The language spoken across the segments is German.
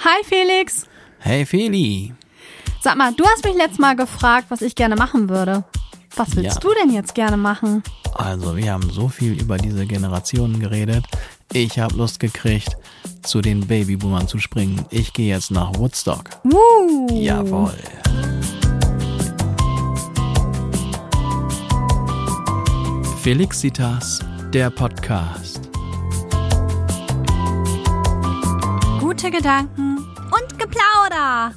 Hi Felix. Hey Feli. Sag mal, du hast mich letztes Mal gefragt, was ich gerne machen würde. Was willst du denn jetzt gerne machen? Also wir haben so viel über diese Generationen geredet. Ich habe Lust gekriegt, zu den Babyboomern zu springen. Ich gehe jetzt nach Woodstock. Jawohl. Felixitas, der Podcast. Gute Gedanken und Geplauder.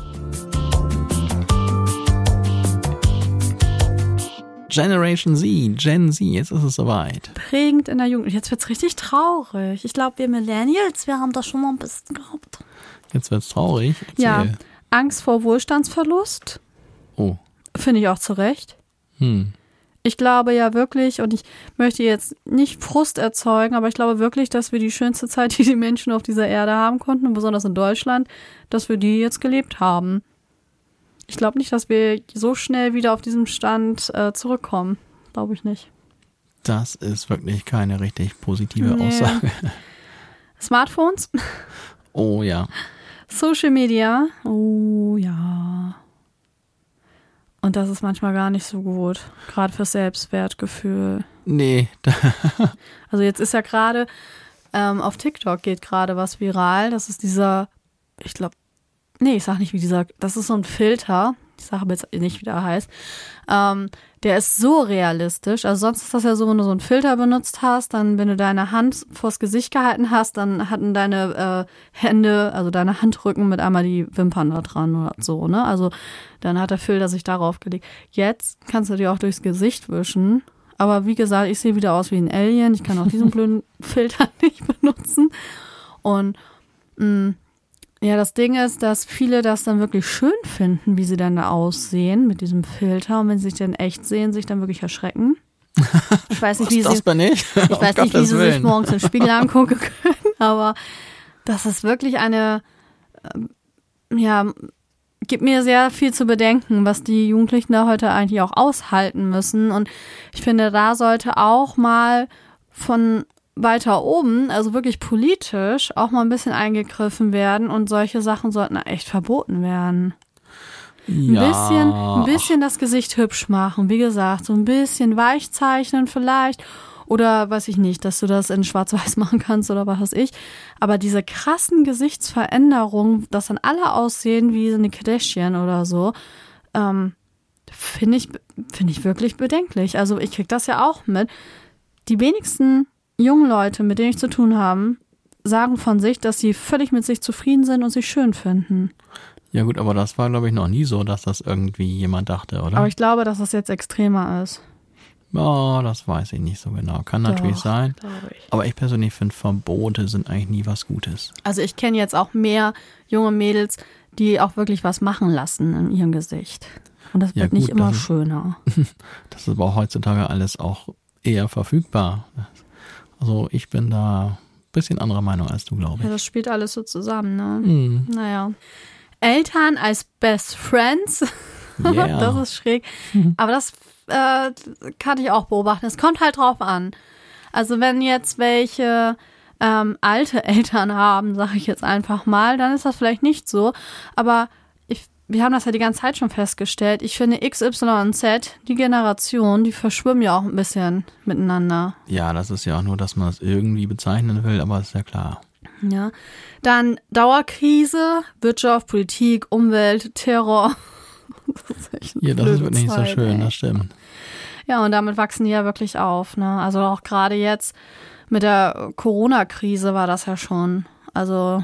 Generation Z, Gen Z, jetzt ist es soweit. Prägend in der Jugend. Jetzt wird's richtig traurig. Ich glaube, wir Millennials, wir haben das schon mal ein bisschen gehabt. Jetzt wird's traurig. Erzähl. Ja, Angst vor Wohlstandsverlust. Oh. Finde ich auch zu Recht. Ich glaube ja wirklich, und ich möchte jetzt nicht Frust erzeugen, aber ich glaube wirklich, dass wir die schönste Zeit, die Menschen auf dieser Erde haben konnten, und besonders in Deutschland, dass wir die jetzt gelebt haben. Ich glaube nicht, dass wir so schnell wieder auf diesem Stand zurückkommen. Glaube ich nicht. Das ist wirklich keine richtig positive Aussage. Smartphones? Oh ja. Social Media? Oh ja. Und das ist manchmal gar nicht so gut. Gerade fürs Selbstwertgefühl. Nee. Also jetzt ist ja gerade, auf TikTok geht gerade was viral. Das ist dieser, ich sag nicht wie dieser, das ist so ein Filter. Ich sage aber jetzt nicht, wie der heißt. Der ist so realistisch. Also sonst ist das ja so, wenn du so einen Filter benutzt hast, dann, wenn du deine Hand vors Gesicht gehalten hast, dann hatten deine Hände, also deine Handrücken mit einmal die Wimpern da dran oder so, ne? Also dann hat der Filter sich darauf gelegt. Jetzt kannst du dir auch durchs Gesicht wischen. Aber wie gesagt, ich sehe wieder aus wie ein Alien. Ich kann auch diesen blöden Filter nicht benutzen. Und ja, das Ding ist, dass viele das dann wirklich schön finden, wie sie dann da aussehen mit diesem Filter. Und wenn sie sich dann echt sehen, sich dann wirklich erschrecken. Ich weiß nicht, wie sie sich morgens im Spiegel angucken können. Aber das ist wirklich gibt mir sehr viel zu bedenken, was die Jugendlichen da heute eigentlich auch aushalten müssen. Und ich finde, da sollte auch mal von weiter oben, also wirklich politisch, auch mal ein bisschen eingegriffen werden und solche Sachen sollten echt verboten werden. Ein bisschen das Gesicht hübsch machen, wie gesagt, so ein bisschen weich zeichnen vielleicht oder weiß ich nicht, dass du das in Schwarz-Weiß machen kannst oder was weiß ich, aber diese krassen Gesichtsveränderungen, dass dann alle aussehen wie eine Kardashian oder so, finde ich wirklich bedenklich. Also ich krieg das ja auch mit. Die wenigsten jungen Leute, mit denen ich zu tun habe, sagen von sich, dass sie völlig mit sich zufrieden sind und sich schön finden. Ja gut, aber das war, glaube ich, noch nie so, dass das irgendwie jemand dachte, oder? Aber ich glaube, dass das jetzt extremer ist. Oh, das weiß ich nicht so genau. Kann natürlich sein. Ich. Aber ich persönlich finde, Verbote sind eigentlich nie was Gutes. Also ich kenne jetzt auch mehr junge Mädels, die auch wirklich was machen lassen in ihrem Gesicht. Und das wird nicht immer schöner. Das ist aber auch heutzutage alles auch eher verfügbar. Also ich bin da ein bisschen anderer Meinung als du, glaube ich. Ja, das spielt alles so zusammen, ne? Naja. Eltern als Best Friends, Yeah. Das ist schräg. Aber das kann ich auch beobachten. Es kommt halt drauf an. Also wenn jetzt welche alte Eltern haben, sage ich jetzt einfach mal, dann ist das vielleicht nicht so. Aber wir haben das ja die ganze Zeit schon festgestellt. Ich finde X, Y und Z, die Generation, die verschwimmen ja auch ein bisschen miteinander. Ja, das ist ja auch nur, dass man das irgendwie bezeichnen will, aber ist ja klar. Ja. Dann Dauerkrise, Wirtschaft, Politik, Umwelt, Terror. Das wird nicht so schön, das stimmt. Ja, und damit wachsen die ja wirklich auf, ne? Also auch gerade jetzt mit der Corona-Krise war das ja schon. Also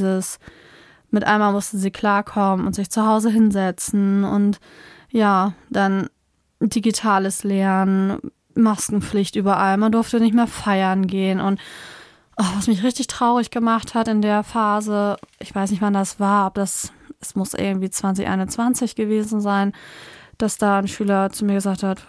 mit einmal mussten sie klarkommen und sich zu Hause hinsetzen und ja, dann digitales Lernen, Maskenpflicht überall. Man durfte nicht mehr feiern gehen und was mich richtig traurig gemacht hat in der Phase, ich weiß nicht, wann das war, es muss irgendwie 2021 gewesen sein, dass da ein Schüler zu mir gesagt hat,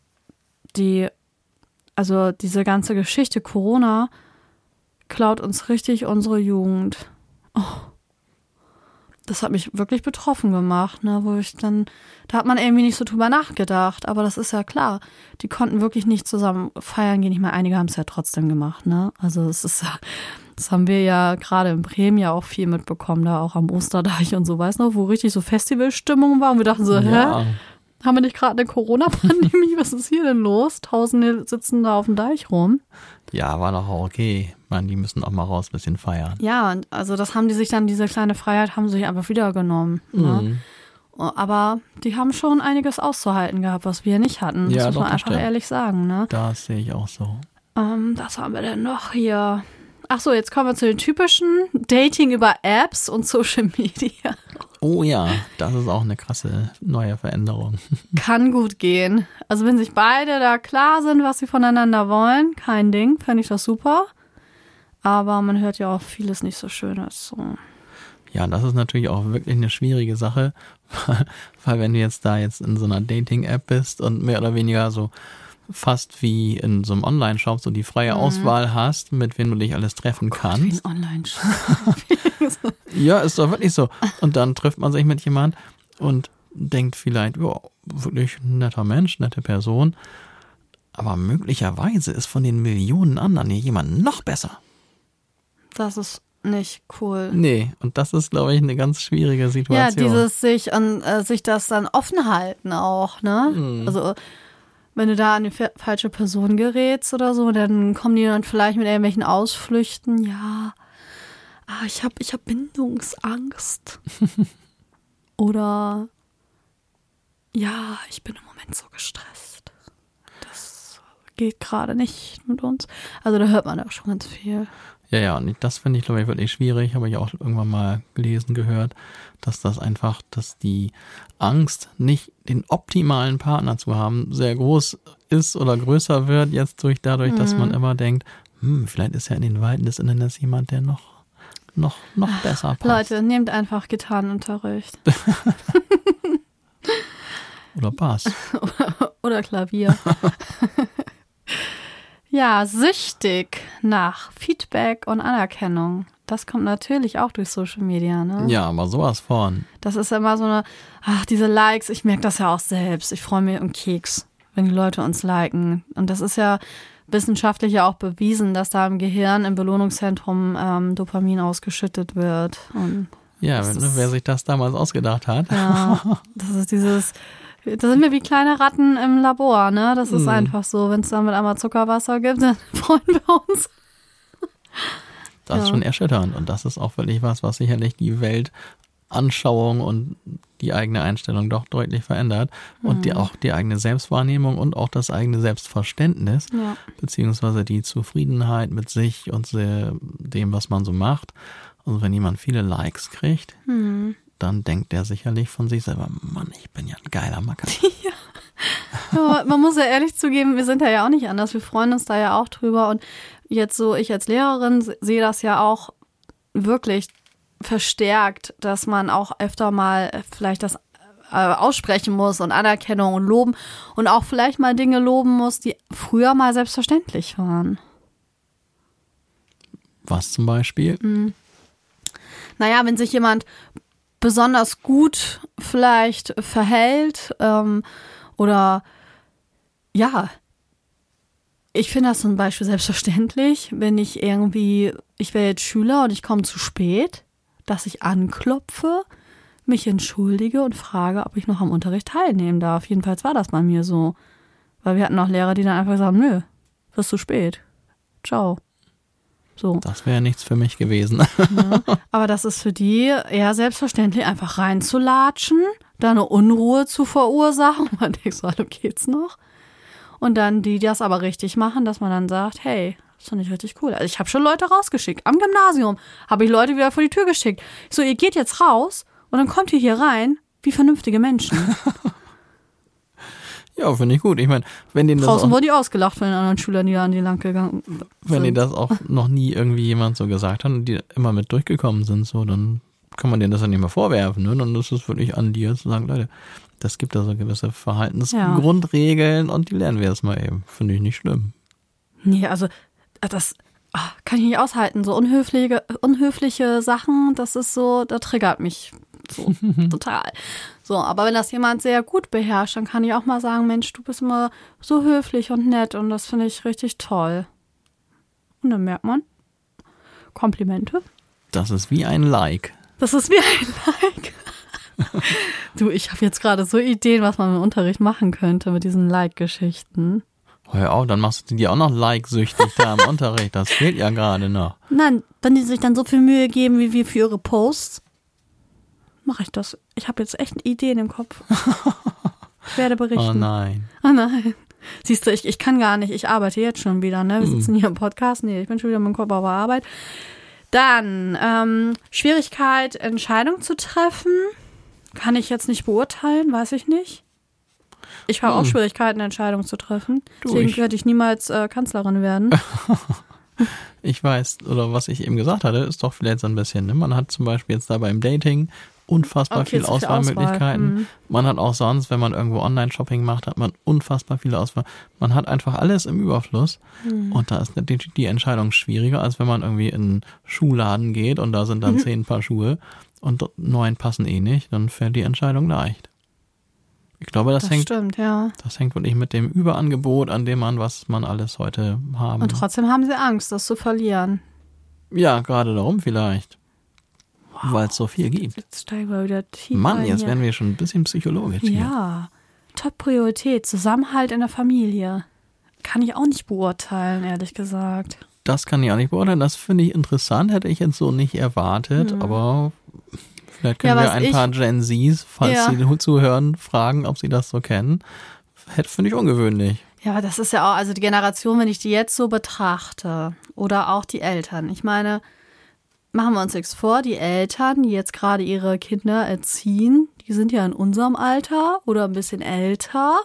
diese ganze Geschichte Corona klaut uns richtig unsere Jugend. Oh. Das hat mich wirklich betroffen gemacht, ne, da hat man irgendwie nicht so drüber nachgedacht, aber das ist ja klar, die konnten wirklich nicht zusammen feiern gehen. Ich meine, einige haben es ja trotzdem gemacht, ne, also es ist ja, Das haben wir ja gerade in Bremen ja auch viel mitbekommen, da auch am Osterdeich und so, weißt du noch, wo richtig so Festivalstimmung war und wir dachten so, Ja. hä? Haben wir nicht gerade eine Corona-Pandemie? Was ist hier denn los? Tausende sitzen da auf dem Deich rum. Ja, war doch auch okay. Man, die müssen auch mal raus ein bisschen feiern. Ja, und also das haben die sich dann, diese kleine Freiheit haben sie sich einfach wieder genommen. Ne? Aber die haben schon einiges auszuhalten gehabt, was wir nicht hatten. Ja, Das muss doch, man das einfach stimmt. ehrlich sagen. Ne? Das sehe ich auch so. Was haben wir denn noch hier? Ach so, jetzt kommen wir zu den typischen Dating über Apps und Social Media. Oh ja, das ist auch eine krasse neue Veränderung. Kann gut gehen. Also wenn sich beide da klar sind, was sie voneinander wollen, kein Ding, fände ich das super. Aber man hört ja auch vieles nicht so Schönes. So. Ja, das ist natürlich auch wirklich eine schwierige Sache, weil wenn du jetzt da jetzt in so einer Dating-App bist und mehr oder weniger so fast wie in so einem Online-Shop so die freie Auswahl hast, mit wem du dich alles treffen kannst. Wie ein Online-Shop. Ja, ist doch wirklich so. Und dann trifft man sich mit jemand und denkt vielleicht, ja, wirklich ein netter Mensch, nette Person. Aber möglicherweise ist von den Millionen anderen hier jemand noch besser. Das ist nicht cool. Nee, und das ist, glaube ich, eine ganz schwierige Ja, Situation. dieses sich das dann offen halten auch, ne? Also wenn du da an die falsche Person gerätst oder so, dann kommen die dann vielleicht mit irgendwelchen Ausflüchten. Ja, ich hab Bindungsangst. Oder ja, ich bin im Moment so gestresst. Das geht gerade nicht mit uns. Also da hört man da schon ganz viel. Ja, und das finde ich, glaube ich, wirklich schwierig. Habe ich auch irgendwann mal gelesen, gehört, dass die Angst, nicht den optimalen Partner zu haben, sehr groß ist oder größer wird, jetzt dadurch, dass man immer denkt, vielleicht ist ja in den Weiten des Internets jemand, der noch besser passt. Leute, nehmt einfach Gitarrenunterricht. Oder Bass. Oder Klavier. Ja, süchtig nach Feedback und Anerkennung. Das kommt natürlich auch durch Social Media, ne? Ja, aber sowas von. Das ist immer so diese Likes, ich merke das ja auch selbst. Ich freue mich um Keks, wenn die Leute uns liken. Und das ist ja wissenschaftlich ja auch bewiesen, dass da im Gehirn, im Belohnungszentrum Dopamin ausgeschüttet wird. Und ja, wer sich das damals ausgedacht hat. ja, das ist da sind wir wie kleine Ratten im Labor, ne? Das ist einfach so. Wenn es damit einmal Zuckerwasser gibt, dann freuen wir uns. Das ist schon erschütternd. Und das ist auch wirklich was sicherlich die Weltanschauung und die eigene Einstellung doch deutlich verändert. Und auch die eigene Selbstwahrnehmung und auch das eigene Selbstverständnis, beziehungsweise die Zufriedenheit mit sich und dem, was man so macht. Und wenn jemand viele Likes kriegt, dann denkt der sicherlich von sich selber, Mann, ich bin ja ein geiler Macker. Ja, man muss ja ehrlich zugeben, wir sind ja auch nicht anders. Wir freuen uns da ja auch drüber. Und jetzt so, ich als Lehrerin sehe das ja auch wirklich verstärkt, dass man auch öfter mal vielleicht das aussprechen muss und Anerkennung und loben und auch vielleicht mal Dinge loben muss, die früher mal selbstverständlich waren. Was zum Beispiel? Naja, wenn sich jemand besonders gut vielleicht verhält oder ja, ich finde das zum Beispiel selbstverständlich, wenn ich wäre jetzt Schüler und ich komme zu spät, dass ich anklopfe, mich entschuldige und frage, ob ich noch am Unterricht teilnehmen darf. Jedenfalls war das bei mir so. Weil wir hatten auch Lehrer, die dann einfach sagen, nö, wirst zu spät. Ciao. So. Das wäre nichts für mich gewesen. Ja, aber das ist für die eher selbstverständlich, einfach reinzulatschen, da eine Unruhe zu verursachen. Man denkt so, hallo, geht's noch? Und dann die das aber richtig machen, dass man dann sagt, hey, das fand ich richtig cool. Also ich habe schon Leute rausgeschickt. Am Gymnasium habe ich Leute wieder vor die Tür geschickt. Ich so, ihr geht jetzt raus und dann kommt ihr hier rein wie vernünftige Menschen. Ja, finde ich gut. Ich meine, wenn denen das Draußen auch, wurden die ausgelacht von den anderen Schülern, die da an die lang gegangen sind. wenn denen das auch noch nie irgendwie jemand so gesagt hat und die immer mit durchgekommen sind, so, dann kann man denen das ja nicht mehr vorwerfen, ne? Dann ist es wirklich an dir zu sagen, Leute, das gibt da so gewisse Verhaltensgrundregeln und die lernen wir jetzt mal eben. Finde ich nicht schlimm. Nee, also das kann ich nicht aushalten. So unhöfliche Sachen, das ist so, da triggert mich so total. So, aber wenn das jemand sehr gut beherrscht, dann kann ich auch mal sagen, Mensch, du bist immer so höflich und nett und das finde ich richtig toll. Und dann merkt man, Komplimente. Das ist wie ein Like. Das ist wie ein Like. Du, ich habe jetzt gerade so Ideen, was man im Unterricht machen könnte mit diesen Like-Geschichten. Hör auf, dann machst du dir auch noch Like-süchtig da im Unterricht. Das fehlt ja gerade noch. Nein, wenn die sich dann so viel Mühe geben wie wir für ihre Posts, mache ich das. Ich habe jetzt echt Ideen im Kopf. Ich werde berichten. Oh nein. Oh nein. Siehst du, ich kann gar nicht. Ich arbeite jetzt schon wieder, ne? Wir sitzen hier im Podcast. Nee, ich bin schon wieder mit dem Kopf auf der Arbeit. Dann Schwierigkeit, Entscheidungen zu treffen. Kann ich jetzt nicht beurteilen, weiß ich nicht. Ich habe auch Schwierigkeiten, Entscheidungen zu treffen. Deswegen werde ich niemals Kanzlerin werden. Ich weiß, oder was ich eben gesagt hatte, ist doch vielleicht so ein bisschen, ne? Man hat zum Beispiel jetzt da beim Dating unfassbar viel Auswahlmöglichkeiten. Man hat auch sonst, wenn man irgendwo Online-Shopping macht, hat man unfassbar viele Auswahl. Man hat einfach alles im Überfluss. Und da ist natürlich die Entscheidung schwieriger, als wenn man irgendwie in einen Schuhladen geht und da sind dann 10 Paar Schuhe und 9 passen eh nicht, dann fällt die Entscheidung leicht. Ich glaube, das hängt wirklich mit dem Überangebot an dem an, was man alles heute haben. Und trotzdem haben sie Angst, das zu verlieren. Ja, gerade darum vielleicht. Wow. Weil es so viel gibt. Jetzt steigen wir wieder tief Mann, jetzt werden wir schon ein bisschen psychologisch hier. Ja, Top-Priorität, Zusammenhalt in der Familie. Kann ich auch nicht beurteilen, ehrlich gesagt. Das kann ich auch nicht beurteilen. Das finde ich interessant, hätte ich jetzt so nicht erwartet, aber vielleicht können wir ein paar Gen Zs, falls sie zuhören, fragen, ob sie das so kennen. Finde ich ungewöhnlich. Ja, aber das ist ja auch, also die Generation, wenn ich die jetzt so betrachte, oder auch die Eltern. Ich meine, machen wir uns nichts vor, die Eltern, die jetzt gerade ihre Kinder erziehen, die sind ja in unserem Alter oder ein bisschen älter.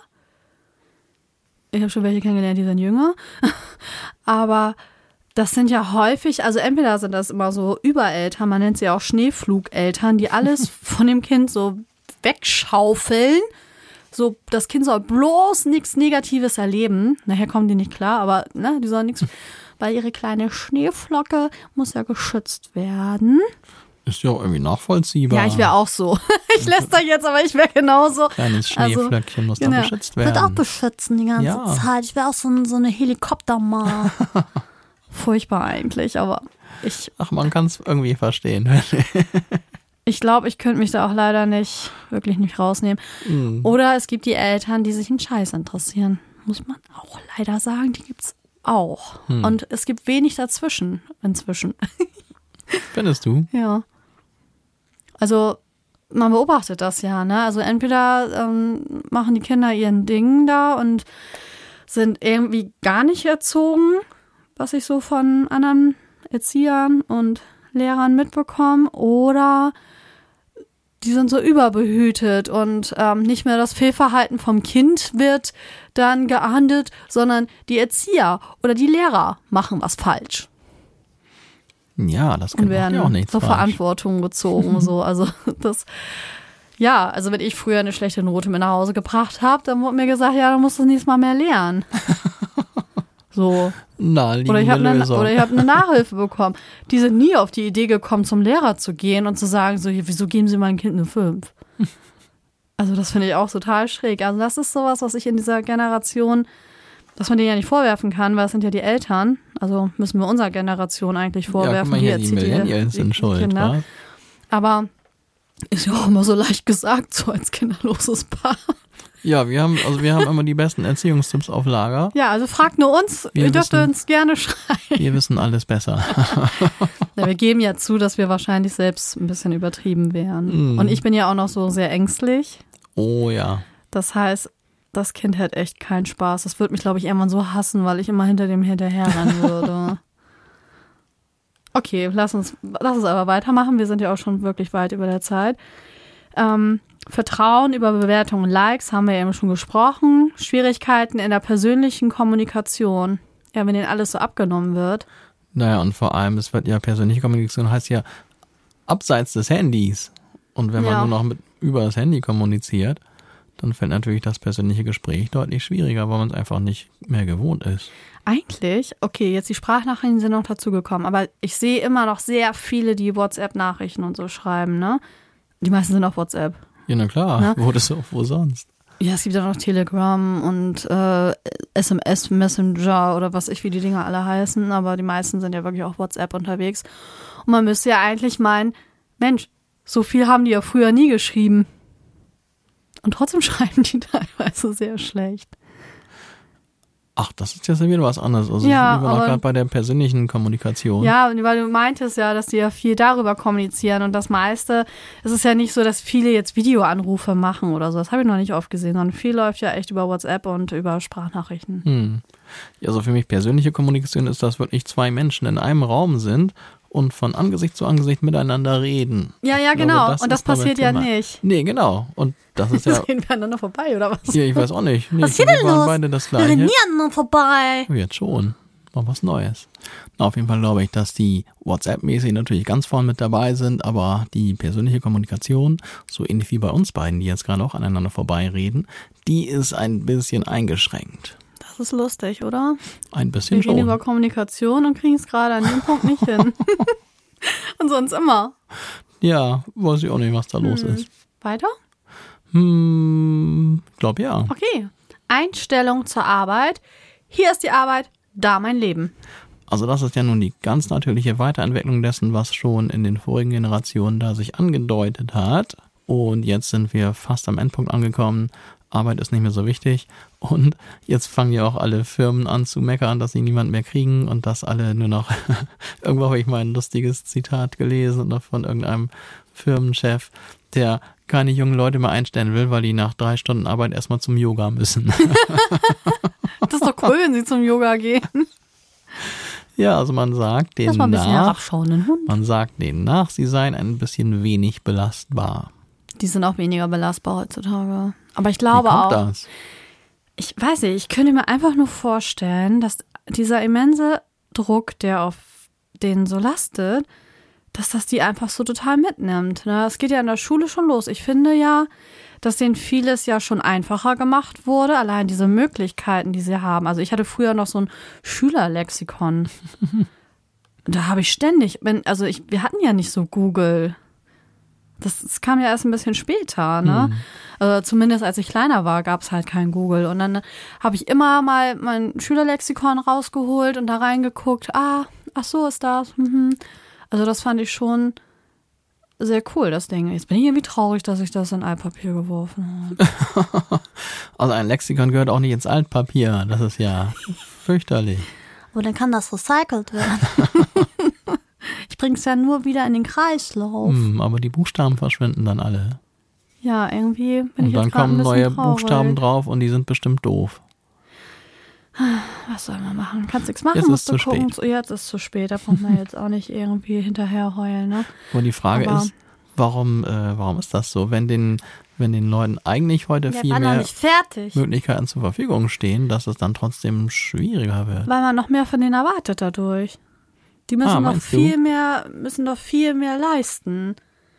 Ich habe schon welche kennengelernt, die sind jünger. Aber das sind ja häufig, also entweder sind das immer so Übereltern, man nennt sie auch Schneeflugeltern, die alles von dem Kind so wegschaufeln. So, das Kind soll bloß nichts Negatives erleben. Nachher kommen die nicht klar, aber ne, die sollen nichts, weil ihre kleine Schneeflocke muss ja geschützt werden. Ist ja auch irgendwie nachvollziehbar. Ja, ich wäre auch so. Ich lässt euch jetzt, aber ich wäre genauso. Kleines Schneeflöckchen muss da beschützt werden. Ich würde auch beschützen die ganze Zeit. Ich wäre auch so eine Helikopterma. Furchtbar eigentlich, aber ich... Ach, man kann es irgendwie verstehen. Ich glaube, ich könnte mich da auch leider wirklich nicht rausnehmen. Oder es gibt die Eltern, die sich einen Scheiß interessieren. Muss man auch leider sagen, die gibt's auch. Und es gibt wenig dazwischen, inzwischen. Findest du? Ja. Also, man beobachtet das ja, ne? Also entweder machen die Kinder ihren Ding da und sind irgendwie gar nicht erzogen, was ich so von anderen Erziehern und Lehrern mitbekomme, oder die sind so überbehütet und nicht mehr das Fehlverhalten vom Kind wird dann geahndet, sondern die Erzieher oder die Lehrer machen was falsch. Ja, das kann ja auch nichts zur falsch. Verantwortung gezogen. So. Also das, ja, also wenn ich früher eine schlechte Note mit nach Hause gebracht habe, dann wurde mir gesagt, ja, dann musst du das nächstes Mal mehr lernen. So. Oder ich habe eine Nachhilfe bekommen. Die sind nie auf die Idee gekommen, zum Lehrer zu gehen und zu sagen, so, wieso geben Sie meinem Kind eine 5? Also das finde ich auch total schräg. Also das ist sowas, was ich in dieser Generation, dass man denen ja nicht vorwerfen kann, weil es sind ja die Eltern. Also müssen wir unserer Generation eigentlich vorwerfen. Ja, die Millennials sind schuld, Kinder. Was? Aber ist ja auch immer so leicht gesagt, so als kinderloses Paar. Ja, wir haben immer die besten Erziehungstipps auf Lager. Ja, also fragt nur uns. Ihr dürft uns gerne schreiben. Wir wissen alles besser. Ja, wir geben ja zu, dass wir wahrscheinlich selbst ein bisschen übertrieben wären. Und ich bin ja auch noch so sehr ängstlich. Oh ja. Das heißt, das Kind hätte echt keinen Spaß. Das würde mich, glaube ich, irgendwann so hassen, weil ich immer hinter dem hinterherrennen würde. Okay, lass uns aber weitermachen. Wir sind ja auch schon wirklich weit über der Zeit. Vertrauen über Bewertungen und Likes haben wir eben schon gesprochen. Schwierigkeiten in der persönlichen Kommunikation. Ja, wenn denen alles so abgenommen wird. Naja, und vor allem, es wird ja persönliche Kommunikation heißt ja abseits des Handys. Und wenn man nur noch über das Handy kommuniziert, dann fällt natürlich das persönliche Gespräch deutlich schwieriger, weil man es einfach nicht mehr gewohnt ist. Eigentlich, okay, jetzt die Sprachnachrichten sind noch dazu gekommen, aber ich sehe immer noch sehr viele, die WhatsApp-Nachrichten und so schreiben, ne? Die meisten sind auf WhatsApp. Ja, na klar, ne? wo sonst? Ja, es gibt ja noch Telegram und SMS Messenger oder was wie die Dinger alle heißen, aber die meisten sind ja wirklich auch WhatsApp unterwegs. Und man müsste ja eigentlich meinen, Mensch, so viel haben die ja früher nie geschrieben. Und trotzdem schreiben die teilweise sehr schlecht. Ach, das ist jetzt wieder was anderes. Also ja, wir waren auch gerade bei der persönlichen Kommunikation. Ja, weil du meintest ja, dass die ja viel darüber kommunizieren und das meiste, es ist ja nicht so, dass viele jetzt Videoanrufe machen oder so. Das habe ich noch nicht oft gesehen, sondern viel läuft ja echt über WhatsApp und über Sprachnachrichten. Ja, also für mich persönliche Kommunikation ist, dass wirklich zwei Menschen in einem Raum sind und von Angesicht zu Angesicht miteinander reden. Ja, genau. Und das passiert ja nicht. Nee, genau. Und das ist ja... Reden wir aneinander vorbei, oder was? Ja, ich weiß auch nicht. Nee, was ist denn los? Wir waren beide das Gleiche. Wir reden nie aneinander vorbei. Oh, jetzt schon. Mal was Neues. Na, auf jeden Fall glaube ich, dass die WhatsApp-mäßig natürlich ganz vorne mit dabei sind, aber die persönliche Kommunikation, so ähnlich wie bei uns beiden, die jetzt gerade auch aneinander vorbeireden, die ist ein bisschen eingeschränkt. Das ist lustig, oder? Ein bisschen schon. Wir reden über Kommunikation und kriegen es gerade an dem Punkt nicht hin. Und sonst immer. Ja, weiß ich auch nicht, was da los ist. Weiter? Ich glaube ja. Okay. Einstellung zur Arbeit. Hier ist die Arbeit, da mein Leben. Also das ist ja nun die ganz natürliche Weiterentwicklung dessen, was schon in den vorigen Generationen da sich angedeutet hat. Und jetzt sind wir fast am Endpunkt angekommen. Arbeit ist nicht mehr so wichtig und jetzt fangen ja auch alle Firmen an zu meckern, dass sie niemand mehr kriegen und dass alle nur noch, irgendwo habe ich mal ein lustiges Zitat gelesen von irgendeinem Firmenchef, der keine jungen Leute mehr einstellen will, weil die nach 3 Stunden Arbeit erstmal zum Yoga müssen. Das ist doch cool, wenn sie zum Yoga gehen. Ja, also man sagt denen nach, sie seien ein bisschen wenig belastbar. Die sind auch weniger belastbar heutzutage. Aber ich glaube Wie kommt auch, das? Ich weiß nicht, ich könnte mir einfach nur vorstellen, dass dieser immense Druck, der auf denen so lastet, dass das die einfach so total mitnimmt. Ne? Es geht ja in der Schule schon los. Ich finde ja, dass denen vieles ja schon einfacher gemacht wurde. Allein diese Möglichkeiten, die sie haben. Also ich hatte früher noch so ein Schülerlexikon. Da habe ich ständig, wir hatten ja nicht so Google. Das kam ja erst ein bisschen später, ne? Also zumindest als ich kleiner war, gab es halt kein Google. Und dann habe ich immer mal mein Schülerlexikon rausgeholt und da reingeguckt. Ach so ist das. Also das fand ich schon sehr cool, das Ding. Jetzt bin ich irgendwie traurig, dass ich das in Altpapier geworfen habe. Also ein Lexikon gehört auch nicht ins Altpapier. Das ist ja fürchterlich. Aber dann kann das recycelt werden. Ich bringe es ja nur wieder in den Kreislauf. Aber die Buchstaben verschwinden dann alle. Ja, irgendwie bin ich jetzt gerade ein bisschen traurig. Und dann kommen neue Buchstaben drauf und die sind bestimmt doof. Was soll man machen? Kannst nichts machen, jetzt musst du gucken. Jetzt ist es zu spät, da braucht man jetzt auch nicht irgendwie hinterher heulen. Ne? Und die Frage ist, warum ist das so? Wenn den Leuten eigentlich heute viel mehr Möglichkeiten zur Verfügung stehen, dass es dann trotzdem schwieriger wird. Weil man noch mehr von denen erwartet dadurch. Die müssen doch viel mehr leisten.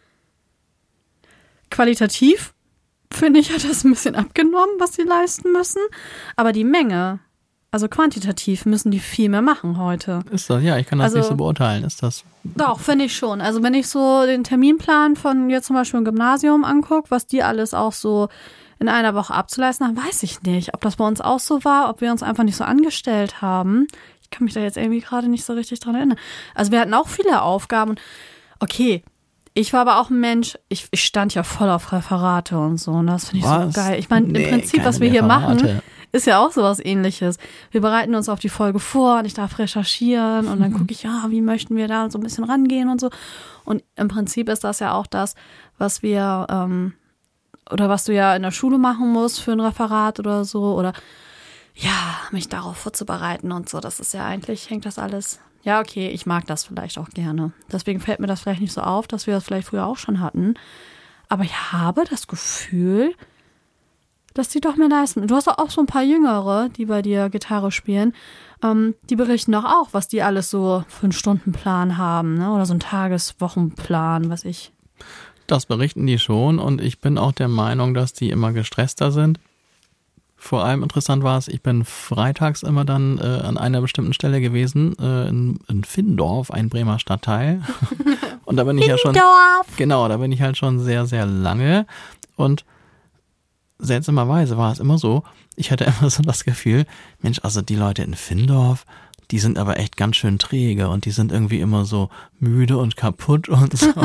Qualitativ, finde ich, hat das ein bisschen abgenommen, was sie leisten müssen. Aber die Menge, also quantitativ, müssen die viel mehr machen heute. Ist das? Ja, ich kann das nicht so beurteilen. Ist das? Doch, finde ich schon. Also wenn ich so den Terminplan von jetzt zum Beispiel im Gymnasium angucke, was die alles auch so in einer Woche abzuleisten haben, weiß ich nicht. Ob das bei uns auch so war, ob wir uns einfach nicht so angestellt haben. Ich kann mich da jetzt irgendwie gerade nicht so richtig dran erinnern. Also wir hatten auch viele Aufgaben. Okay, ich war aber auch ein Mensch, ich stand ja voll auf Referate und so. Und das finde ich so geil. Ich meine, im Prinzip, was wir hier machen, ist ja auch sowas Ähnliches. Wir bereiten uns auf die Folge vor und ich darf recherchieren und dann gucke ich, wie möchten wir da so ein bisschen rangehen und so. Und im Prinzip ist das ja auch das, was wir, oder was du ja in der Schule machen musst für ein Referat oder so. Oder mich darauf vorzubereiten und so. Das ist ja eigentlich, hängt das alles. Ja, okay, ich mag das vielleicht auch gerne. Deswegen fällt mir das vielleicht nicht so auf, dass wir das vielleicht früher auch schon hatten. Aber ich habe das Gefühl, dass die doch mehr leisten. Du hast doch auch so ein paar Jüngere, die bei dir Gitarre spielen. Die berichten doch auch, was die alles so für einen Stundenplan haben, ne? Oder so einen Tageswochenplan, was ich. Das berichten die schon und ich bin auch der Meinung, dass die immer gestresster sind. Vor allem interessant war es, ich bin freitags immer dann an einer bestimmten Stelle gewesen, in Findorf, ein Bremer Stadtteil. Und da bin ich ja schon, genau, da bin ich halt schon sehr, sehr lange. Und seltsamerweise war es immer so, ich hatte immer so das Gefühl, Mensch, also die Leute in Findorf, die sind aber echt ganz schön träge und die sind irgendwie immer so müde und kaputt und so.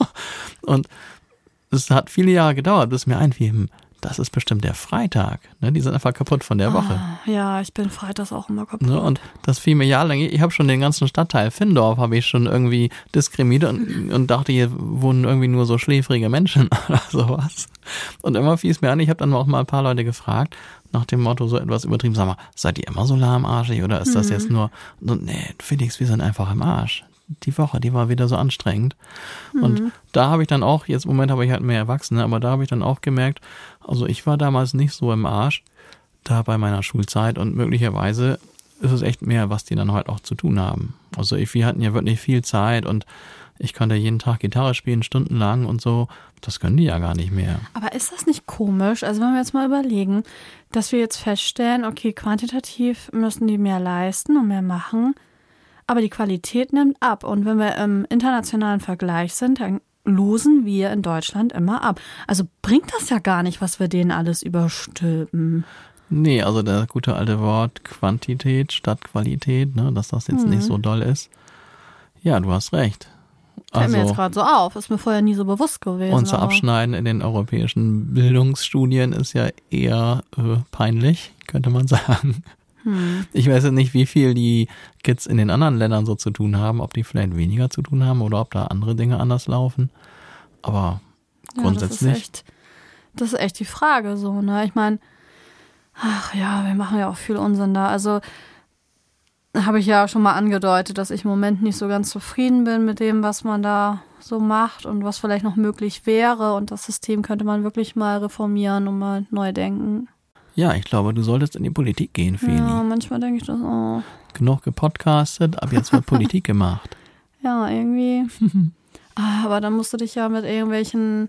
Und es hat viele Jahre gedauert, bis mir einfiel, das ist bestimmt der Freitag. Ne? Die sind einfach kaputt von der Woche. Ja, ich bin freitags auch immer kaputt. Ne? Und das fiel mir jahrelang. Ich habe schon den ganzen Stadtteil Findorf habe ich schon irgendwie diskriminiert und dachte, hier wohnen irgendwie nur so schläfrige Menschen oder sowas. Und immer fiel es mir an, ich habe dann auch mal ein paar Leute gefragt, nach dem Motto so etwas übertrieben, sag mal, seid ihr immer so lahmarschig oder ist das jetzt nur, nee, Felix, wir sind einfach im Arsch. Die Woche, die war wieder so anstrengend. Und da habe ich dann auch, jetzt im Moment habe ich halt mehr Erwachsene, aber da habe ich dann auch gemerkt, also ich war damals nicht so im Arsch, da bei meiner Schulzeit und möglicherweise ist es echt mehr, was die dann halt auch zu tun haben. Also wir hatten ja wirklich viel Zeit und ich konnte jeden Tag Gitarre spielen, stundenlang und so. Das können die ja gar nicht mehr. Aber ist das nicht komisch? Also wenn wir jetzt mal überlegen, dass wir jetzt feststellen, okay, quantitativ müssen die mehr leisten und mehr machen, aber die Qualität nimmt ab. Und wenn wir im internationalen Vergleich sind, dann losen wir in Deutschland immer ab. Also bringt das ja gar nicht, was wir denen alles überstülpen. Nee, also das gute alte Wort Quantität statt Qualität, ne, dass das jetzt nicht so doll ist. Ja, du hast recht. Fällt mir jetzt gerade so auf, ist mir vorher nie so bewusst gewesen. Unser Abschneiden in den europäischen Bildungsstudien ist ja eher peinlich, könnte man sagen. Ich weiß jetzt nicht, wie viel die Kids in den anderen Ländern so zu tun haben, ob die vielleicht weniger zu tun haben oder ob da andere Dinge anders laufen. Aber grundsätzlich. Das ist echt die Frage so, ne? Ich meine, ach ja, wir machen ja auch viel Unsinn da. Also habe ich ja schon mal angedeutet, dass ich im Moment nicht so ganz zufrieden bin mit dem, was man da so macht und was vielleicht noch möglich wäre. Und das System könnte man wirklich mal reformieren und mal neu denken. Ja, ich glaube, du solltest in die Politik gehen, Feli. Ja, manchmal denke ich das auch. Genug gepodcastet, ab jetzt wird Politik gemacht. Ja, irgendwie. Aber dann musst du dich ja mit irgendwelchen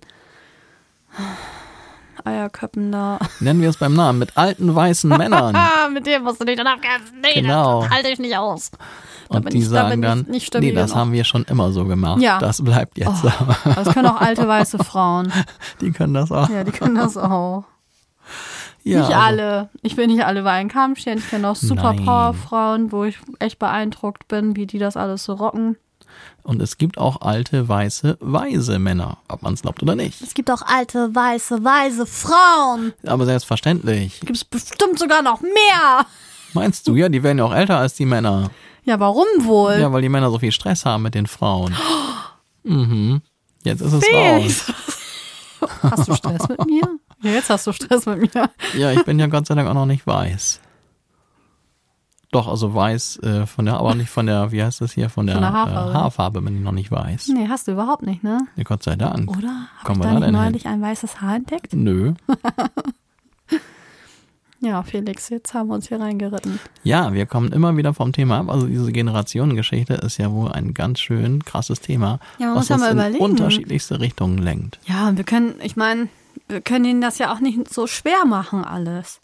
Eierköppen da. Nennen wir es beim Namen, mit alten weißen Männern. Mit dem musst du dich dann abkämpfen. Nee, genau. Das halte ich nicht aus. Und die sagen dann, nee, das haben wir schon immer so gemacht. Ja. Das bleibt jetzt so. Das können auch alte weiße Frauen. Die können das auch. Ja, die können das auch. Ja, nicht alle. Ich will nicht alle über einen Kamm stellen. Ich kenne auch super Powerfrauen, wo ich echt beeindruckt bin, wie die das alles so rocken. Und es gibt auch alte, weiße, weise Männer, ob man es glaubt oder nicht. Es gibt auch alte, weiße, weise Frauen. Aber selbstverständlich. Gibt es bestimmt sogar noch mehr. Meinst du? Ja, die werden ja auch älter als die Männer. Ja, warum wohl? Ja, weil die Männer so viel Stress haben mit den Frauen. Jetzt ist es raus. Hast du Stress mit mir? Ja, jetzt hast du Stress mit mir. Ja, ich bin ja Gott sei Dank auch noch nicht weiß. Doch, also weiß aber nicht von der, wie heißt das hier, von der Haarfarbe bin ich noch nicht weiß. Nee, hast du überhaupt nicht, ne? Ja, Gott sei Dank. Oder? Habe ich da nicht neulich ein weißes Haar entdeckt? Nö. Ja, Felix, jetzt haben wir uns hier reingeritten. Ja, wir kommen immer wieder vom Thema ab. Also diese Generationengeschichte ist ja wohl ein ganz schön krasses Thema, ja, was uns in unterschiedlichste Richtungen lenkt. Ja, und wir können ihnen das ja auch nicht so schwer machen, alles.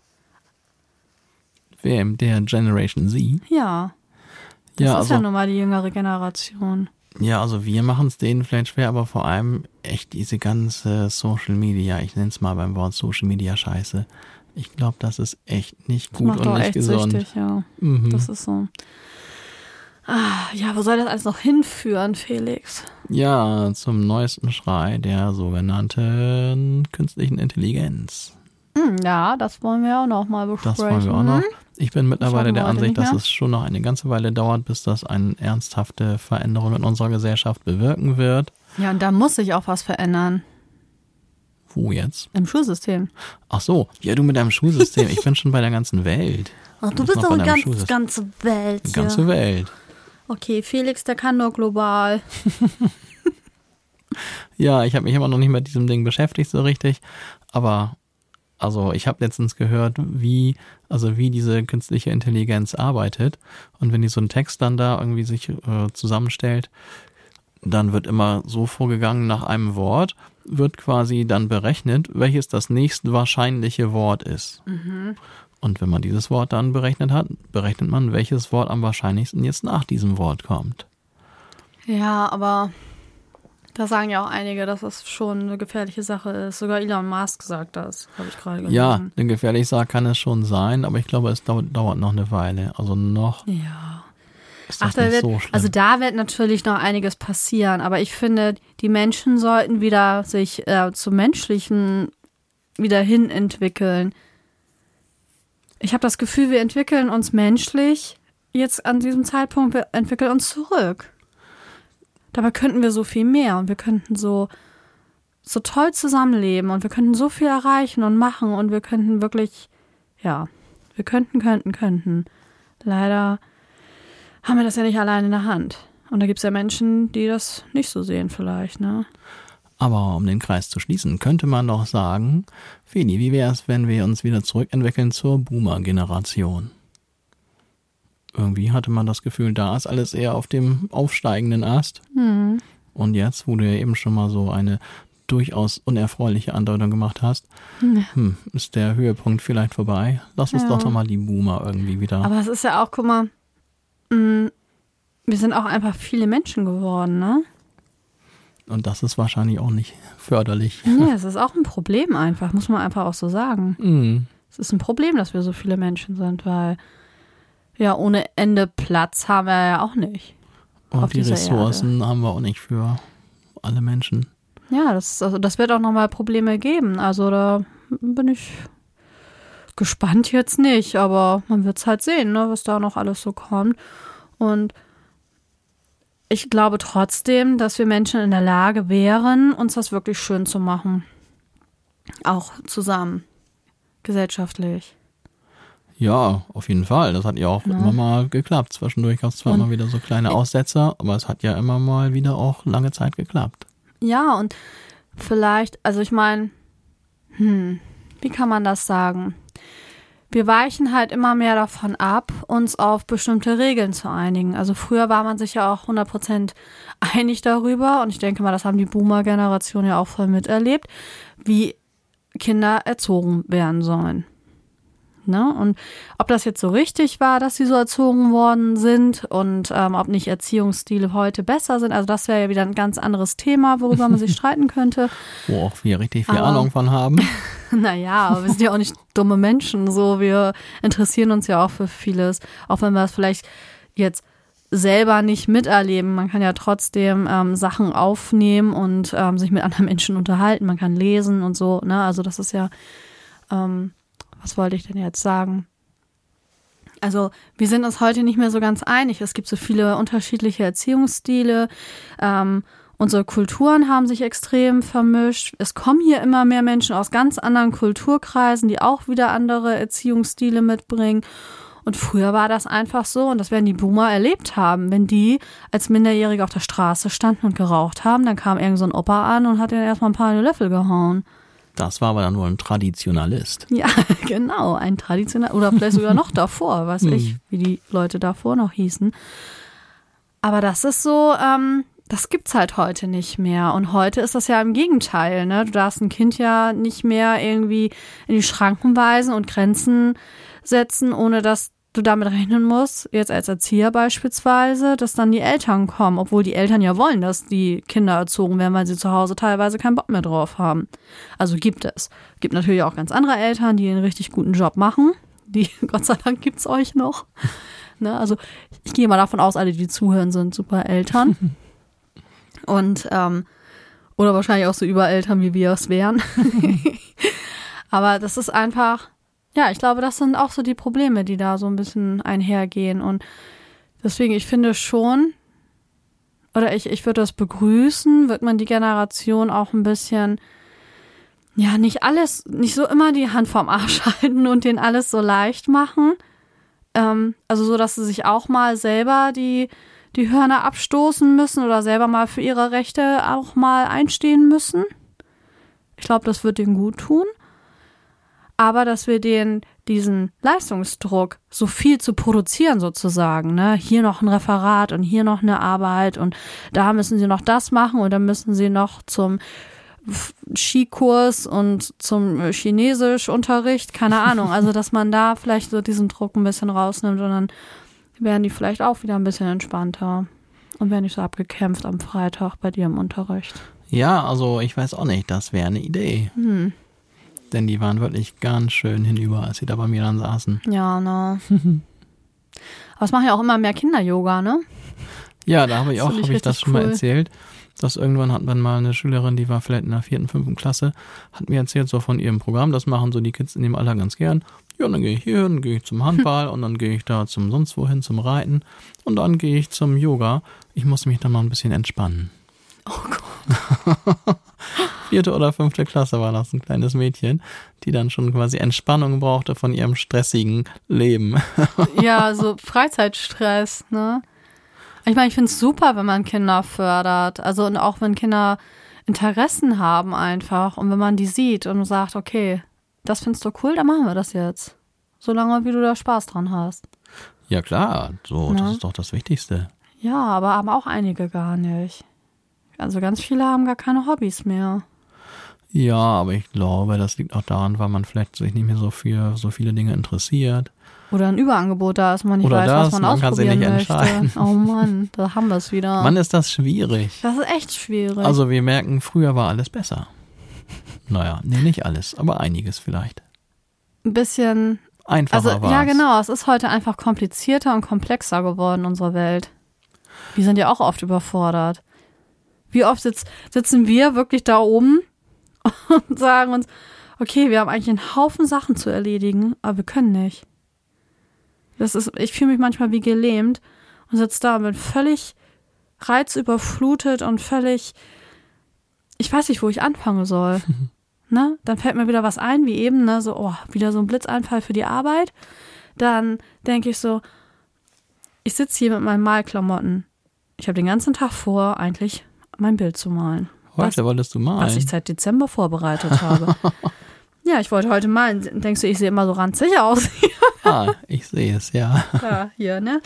Wem? Der Generation Z? Ja. Das ist ja nun mal die jüngere Generation. Ja, also wir machen es denen vielleicht schwer, aber vor allem echt diese ganze Social Media, ich nenne es mal beim Wort Social Media Scheiße. Ich glaube, das ist echt nicht gut und nicht gesund. Süchtig, ja. Das ist so. Ja, wo soll das alles noch hinführen, Felix? Ja, zum neuesten Schrei der sogenannten künstlichen Intelligenz. Ja, das wollen wir auch noch mal besprechen. Das wollen wir auch noch. Ich bin mittlerweile der Ansicht, dass es schon noch eine ganze Weile dauert, bis das eine ernsthafte Veränderung in unserer Gesellschaft bewirken wird. Ja, und da muss sich auch was verändern. Wo jetzt? Im Schulsystem. Ach so, ja, du mit deinem Schulsystem. Ich bin schon bei der ganzen Welt. Ach, du bist doch eine ganze Welt. Die ganze Welt. Okay, Felix, der kann nur global. Ja, ich habe mich immer noch nicht mit diesem Ding beschäftigt so richtig, aber also ich habe letztens gehört, wie diese künstliche Intelligenz arbeitet, und wenn die so einen Text dann da irgendwie sich zusammenstellt, dann wird immer so vorgegangen, nach einem Wort wird quasi dann berechnet, welches das nächst wahrscheinliche Wort ist. Und wenn man dieses Wort dann berechnet hat, berechnet man, welches Wort am wahrscheinlichsten jetzt nach diesem Wort kommt. Ja, aber Da sagen ja auch einige, dass das schon eine gefährliche Sache ist. Sogar Elon Musk sagt das, habe ich gerade gelesen. Ja, eine gefährliche Sache kann es schon sein, aber ich glaube, es dauert noch eine Weile. Also noch ist das nicht so schlimm. Also da wird natürlich noch einiges passieren, aber ich finde, die Menschen sollten wieder sich zum Menschlichen wieder hin entwickeln. Ich habe das Gefühl, wir entwickeln uns menschlich jetzt an diesem Zeitpunkt, wir entwickeln uns zurück. Dabei könnten wir so viel mehr und wir könnten so toll zusammenleben und wir könnten so viel erreichen und machen und wir könnten wirklich, wir könnten. Leider haben wir das ja nicht allein in der Hand. Und da gibt es ja Menschen, die das nicht so sehen vielleicht, ne? Aber um den Kreis zu schließen, könnte man doch sagen, Feni, wie wäre es, wenn wir uns wieder zurückentwickeln zur Boomer-Generation? Irgendwie hatte man das Gefühl, da ist alles eher auf dem aufsteigenden Ast. Mhm. Und jetzt, wo du ja eben schon mal so eine durchaus unerfreuliche Andeutung gemacht hast, ist der Höhepunkt vielleicht vorbei? Lass uns doch mal die Boomer irgendwie wieder... Aber es ist ja auch, guck mal, wir sind auch einfach viele Menschen geworden, ne? Und das ist wahrscheinlich auch nicht förderlich. Nee, es ist auch ein Problem einfach, muss man einfach auch so sagen. Es ist ein Problem, dass wir so viele Menschen sind, weil ohne Ende Platz haben wir ja auch nicht. Und die Ressourcen haben wir auch nicht für alle Menschen. Ja, das wird auch nochmal Probleme geben. Also da bin ich gespannt jetzt nicht, aber man wird es halt sehen, ne, was da noch alles so kommt. Und ich glaube trotzdem, dass wir Menschen in der Lage wären, uns das wirklich schön zu machen. Auch zusammen, gesellschaftlich. Ja, auf jeden Fall. Das hat ja auch immer mal geklappt. Zwischendurch gab es zwar immer wieder so kleine Aussetzer, aber es hat ja immer mal wieder auch lange Zeit geklappt. Ja, und vielleicht, also ich meine, wie kann man das sagen? Wir weichen halt immer mehr davon ab, uns auf bestimmte Regeln zu einigen. Also früher war man sich ja auch 100% einig darüber und ich denke mal, das haben die Boomer-Generation ja auch voll miterlebt, wie Kinder erzogen werden sollen. Ne? Und ob das jetzt so richtig war, dass sie so erzogen worden sind und ob nicht Erziehungsstile heute besser sind, also das wäre ja wieder ein ganz anderes Thema, worüber man sich streiten könnte. Wo auch wir richtig viel Ahnung von haben. Naja, aber wir sind ja auch nicht dumme Menschen, so, wir interessieren uns ja auch für vieles, auch wenn wir es vielleicht jetzt selber nicht miterleben. Man kann ja trotzdem Sachen aufnehmen und sich mit anderen Menschen unterhalten, man kann lesen und so, ne, also das ist ja was wollte ich denn jetzt sagen? Also wir sind uns heute nicht mehr so ganz einig. Es gibt so viele unterschiedliche Erziehungsstile. Unsere Kulturen haben sich extrem vermischt. Es kommen hier immer mehr Menschen aus ganz anderen Kulturkreisen, die auch wieder andere Erziehungsstile mitbringen. Und früher war das einfach so, und das werden die Boomer erlebt haben. Wenn die als Minderjährige auf der Straße standen und geraucht haben, dann kam irgend so ein Opa an und hat ihnen erstmal ein paar Löffel gehauen. Das war aber dann wohl ein Traditionalist. Ja, genau, ein Traditionalist. Oder vielleicht sogar noch davor, weiß ich, wie die Leute davor noch hießen. Aber das ist so, das gibt's halt heute nicht mehr. Und heute ist das ja im Gegenteil, ne? Du darfst ein Kind ja nicht mehr irgendwie in die Schranken weisen und Grenzen setzen, ohne dass du damit rechnen musst, jetzt als Erzieher beispielsweise, dass dann die Eltern kommen, obwohl die Eltern ja wollen, dass die Kinder erzogen werden, weil sie zu Hause teilweise keinen Bock mehr drauf haben. Also gibt es. Gibt natürlich auch ganz andere Eltern, die einen richtig guten Job machen. Die, Gott sei Dank, gibt's euch noch. Ne, also ich gehe mal davon aus, alle, die zuhören, sind super Eltern. Und oder wahrscheinlich auch so Übereltern, wie wir es wären. Aber das ist einfach... Ja, ich glaube, das sind auch so die Probleme, die da so ein bisschen einhergehen. Und deswegen, ich finde schon, oder ich würde das begrüßen, wird man die Generation auch ein bisschen, ja, nicht so immer die Hand vorm Arsch halten und denen alles so leicht machen. Also so, dass sie sich auch mal selber die Hörner abstoßen müssen oder selber mal für ihre Rechte auch mal einstehen müssen. Ich glaube, das wird denen gut tun. Aber dass wir diesen Leistungsdruck, so viel zu produzieren sozusagen, ne, hier noch ein Referat und hier noch eine Arbeit und da müssen sie noch das machen und dann müssen sie noch zum Skikurs und zum Chinesischunterricht, keine Ahnung, also dass man da vielleicht so diesen Druck ein bisschen rausnimmt und dann werden die vielleicht auch wieder ein bisschen entspannter. und wäre nicht so abgekämpft am Freitag bei dir im Unterricht. Ja, also ich weiß auch nicht, das wäre eine Idee. Denn die waren wirklich ganz schön hinüber, als sie da bei mir dann saßen. Ja, ne. Aber es machen ja auch immer mehr Kinder-Yoga, ne? Ja, da habe ich das schon mal cool. erzählt, dass irgendwann hat dann mal eine Schülerin, die war vielleicht in der 4., 5. Klasse, hat mir erzählt so von ihrem Programm, das machen so die Kids in dem Alter ganz gern. Ja, und dann gehe ich hier, dann gehe ich zum Handball und dann gehe ich da zum sonst wohin, zum Reiten und dann gehe ich zum Yoga. Ich muss mich dann mal ein bisschen entspannen. Oh Gott. 4. oder 5. Klasse war das, ein kleines Mädchen, die dann schon quasi Entspannung brauchte von ihrem stressigen Leben. Ja, so Freizeitstress, ne? Ich meine, ich finde es super, wenn man Kinder fördert. Also und auch wenn Kinder Interessen haben einfach und wenn man die sieht und sagt, okay, das findest du cool, dann machen wir das jetzt. Solange wie du da Spaß dran hast. Ja klar, so, Ja. das ist doch das Wichtigste. Ja, aber haben auch einige gar nicht. Also ganz viele haben gar keine Hobbys mehr. Ja, aber ich glaube, das liegt auch daran, weil man vielleicht sich nicht mehr so für so viele Dinge interessiert. Oder ein Überangebot da ist, man nicht Oder weiß, das, was man man kann sich ausprobieren nicht möchte. entscheiden. Oh Mann, da haben wir es wieder. Wann ist das schwierig? Das ist echt schwierig. Also wir merken, früher war alles besser. Naja, nee, nicht alles, aber einiges vielleicht. ein bisschen, Einfacher also war ja genau, es ist heute einfach komplizierter und komplexer geworden, unsere Welt. Wir sind ja auch oft überfordert. Wie oft sitzen wir wirklich da oben und sagen uns, okay, wir haben eigentlich einen Haufen Sachen zu erledigen, aber wir können nicht. Ich fühle mich manchmal wie gelähmt und sitze da und bin völlig reizüberflutet und völlig, ich weiß nicht, wo ich anfangen soll. Ne? Dann fällt mir wieder was ein, wie eben, ne? So, oh, wieder so ein Blitzeinfall für die Arbeit. Dann denke ich so, ich sitze hier mit meinen Malklamotten. Ich habe den ganzen Tag vor, eigentlich mein Bild zu malen. Heute wolltest du malen. Was ich seit Dezember vorbereitet habe. Ja, ich wollte heute malen. Denkst du, ich sehe immer so ranzig aus? Ah, ich sehe es, ja. Ja, hier, ne?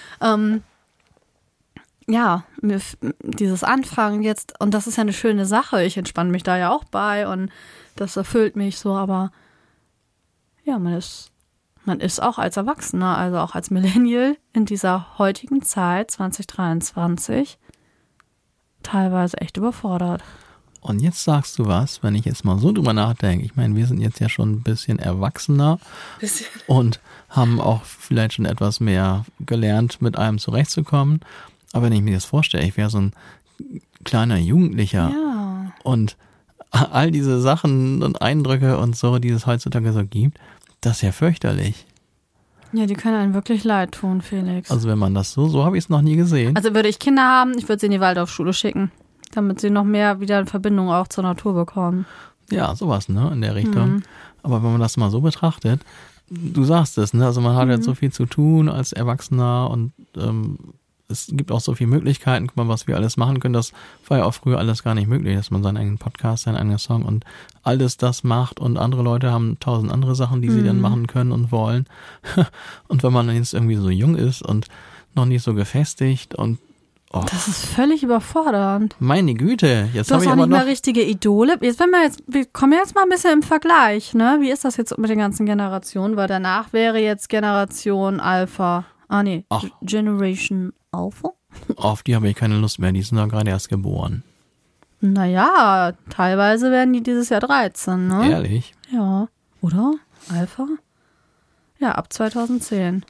Ja, dieses Anfangen jetzt, und das ist ja eine schöne Sache. Ich entspanne mich da ja auch bei und das erfüllt mich so, aber ja, man ist auch als Erwachsener, also auch als Millennial in dieser heutigen Zeit, 2023, teilweise echt überfordert. Und jetzt sagst du was, wenn ich jetzt mal so drüber nachdenke. Ich meine, wir sind jetzt ja schon ein bisschen erwachsener und haben auch vielleicht schon etwas mehr gelernt, mit allem zurechtzukommen. Aber wenn ich mir das vorstelle, ich wäre so ein kleiner Jugendlicher Ja. und all diese Sachen und Eindrücke und so, die es heutzutage so gibt, das ist ja fürchterlich. Ja, die können einem wirklich leid tun, Felix. Also wenn man das so habe ich es noch nie gesehen. Also würde ich Kinder haben, ich würde sie in die Waldorfschule schicken, damit sie noch mehr wieder in Verbindung auch zur Natur bekommen. Ja, sowas, ne, in der Richtung. Aber wenn man das mal so betrachtet, du sagst es, ne, also man hat jetzt so viel zu tun als Erwachsener und es gibt auch so viele Möglichkeiten, guck mal, was wir alles machen können. Das war ja auch früher alles gar nicht möglich, dass man seinen eigenen Podcast, seinen eigenen Song und alles das macht und andere Leute haben 1000 andere Sachen, die sie dann machen können und wollen. Und wenn man jetzt irgendwie so jung ist und noch nicht so gefestigt und Das ist völlig überfordernd. meine Güte, jetzt Du habe hast ich auch aber nicht noch... mehr richtige Idole. Wir kommen jetzt mal ein bisschen im Vergleich, ne? Wie ist das jetzt mit den ganzen Generationen? Weil danach wäre jetzt Generation Alpha. Ah, nee. Ach. Generation Alpha? Auf die habe ich keine Lust mehr, die sind da gerade erst geboren. Naja, teilweise werden die dieses Jahr 13, ne? Ehrlich? Ja. Oder? Alpha? Ja, ab 2010.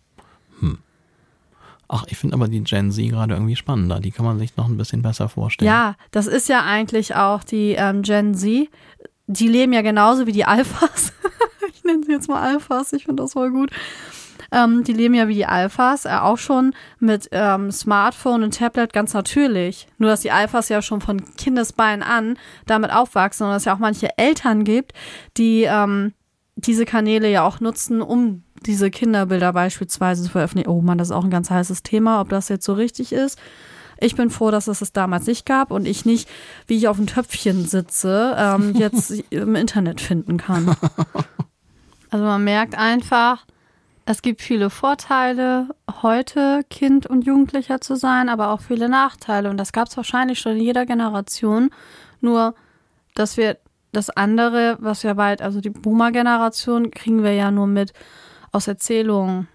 Ach, ich finde aber die Gen Z gerade irgendwie spannender. Die kann man sich noch ein bisschen besser vorstellen. Ja, das ist ja eigentlich auch die Gen Z. Die leben ja genauso wie die Alphas. Ich nenne sie jetzt mal Alphas, ich finde das voll gut. Die leben ja wie die Alphas, auch schon mit Smartphone und Tablet ganz natürlich. Nur, dass die Alphas ja schon von Kindesbeinen an damit aufwachsen und dass es ja auch manche Eltern gibt, die diese Kanäle ja auch nutzen, um diese Kinderbilder beispielsweise zu veröffentlichen. Oh Mann, das ist auch ein ganz heißes Thema, ob das jetzt so richtig ist. Ich bin froh, dass es damals nicht gab und ich nicht, wie ich auf dem Töpfchen sitze, jetzt im Internet finden kann. Also man merkt einfach, es gibt viele Vorteile, heute Kind und Jugendlicher zu sein, aber auch viele Nachteile. Und das gab es wahrscheinlich schon in jeder Generation. Nur, dass wir das andere, was ja bald, also die Boomer-Generation, kriegen wir ja nur mit aus Erzählungen.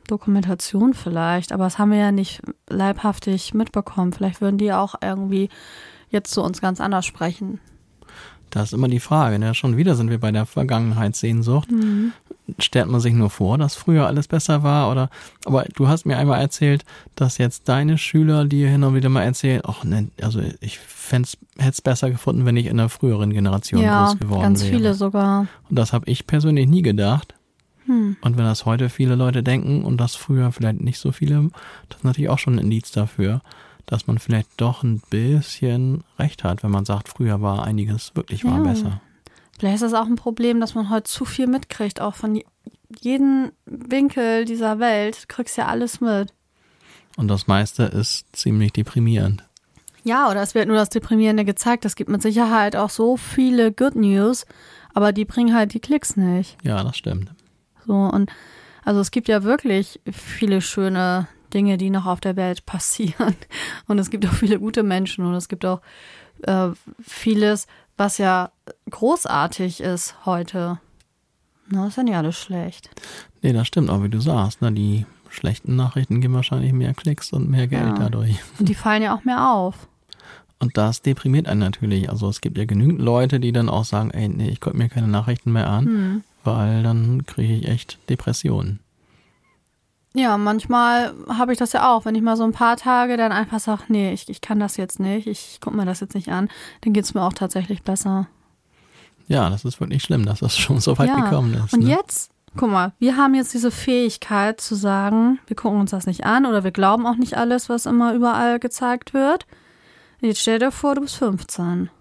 Dokumentation vielleicht, aber das haben wir ja nicht leibhaftig mitbekommen. Vielleicht würden die auch irgendwie jetzt zu uns ganz anders sprechen. Das ist immer die Frage, ne? Schon wieder sind wir bei der Vergangenheitssehnsucht. Stellt man sich nur vor, dass früher alles besser war? Oder? Aber du hast mir einmal erzählt, dass jetzt deine Schüler dir hin und wieder mal erzählen, ach ne, also ich hätte es besser gefunden, wenn ich in einer früheren Generation groß geworden wäre. Ja, ganz viele sogar. Und das habe ich persönlich nie gedacht. Und wenn das heute viele Leute denken und das früher vielleicht nicht so viele, das ist natürlich auch schon ein Indiz dafür, dass man vielleicht doch ein bisschen recht hat, wenn man sagt, früher war einiges wirklich mal besser. Vielleicht ist das auch ein Problem, dass man heute zu viel mitkriegt, auch von jedem Winkel dieser Welt. Du kriegst ja alles mit. Und das meiste ist ziemlich deprimierend. Ja, oder es wird nur das Deprimierende gezeigt. Es gibt mit Sicherheit auch so viele Good News, aber die bringen halt die Klicks nicht. Ja, das stimmt. So, und also es gibt ja wirklich viele schöne Dinge, die noch auf der Welt passieren. Und es gibt auch viele gute Menschen und es gibt auch vieles, was ja großartig ist heute. Na, ist ja nicht alles schlecht. Nee, das stimmt auch, wie du sagst. Ne? Die schlechten Nachrichten geben wahrscheinlich mehr Klicks und mehr Geld dadurch. Und die fallen ja auch mehr auf. Und das deprimiert einen natürlich. Also es gibt ja genügend Leute, die dann auch sagen, ey, nee, ich gucke mir keine Nachrichten mehr an, weil dann kriege ich echt Depressionen. Ja, manchmal habe ich das ja auch, wenn ich mal so ein paar Tage dann einfach sage, nee, ich kann das jetzt nicht, ich gucke mir das jetzt nicht an, dann geht es mir auch tatsächlich besser. Ja, das ist wirklich schlimm, dass das schon so weit gekommen ist. Und jetzt, guck mal, wir haben jetzt diese Fähigkeit zu sagen, wir gucken uns das nicht an oder wir glauben auch nicht alles, was immer überall gezeigt wird. Jetzt stell dir vor, du bist 15.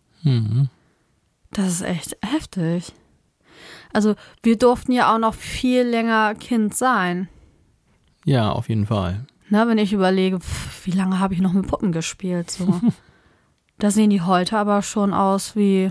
Das ist echt heftig. Also wir durften ja auch noch viel länger Kind sein. Ja, auf jeden Fall. Na, wenn ich überlege, wie lange habe ich noch mit Puppen gespielt? So. Da sehen die heute aber schon aus wie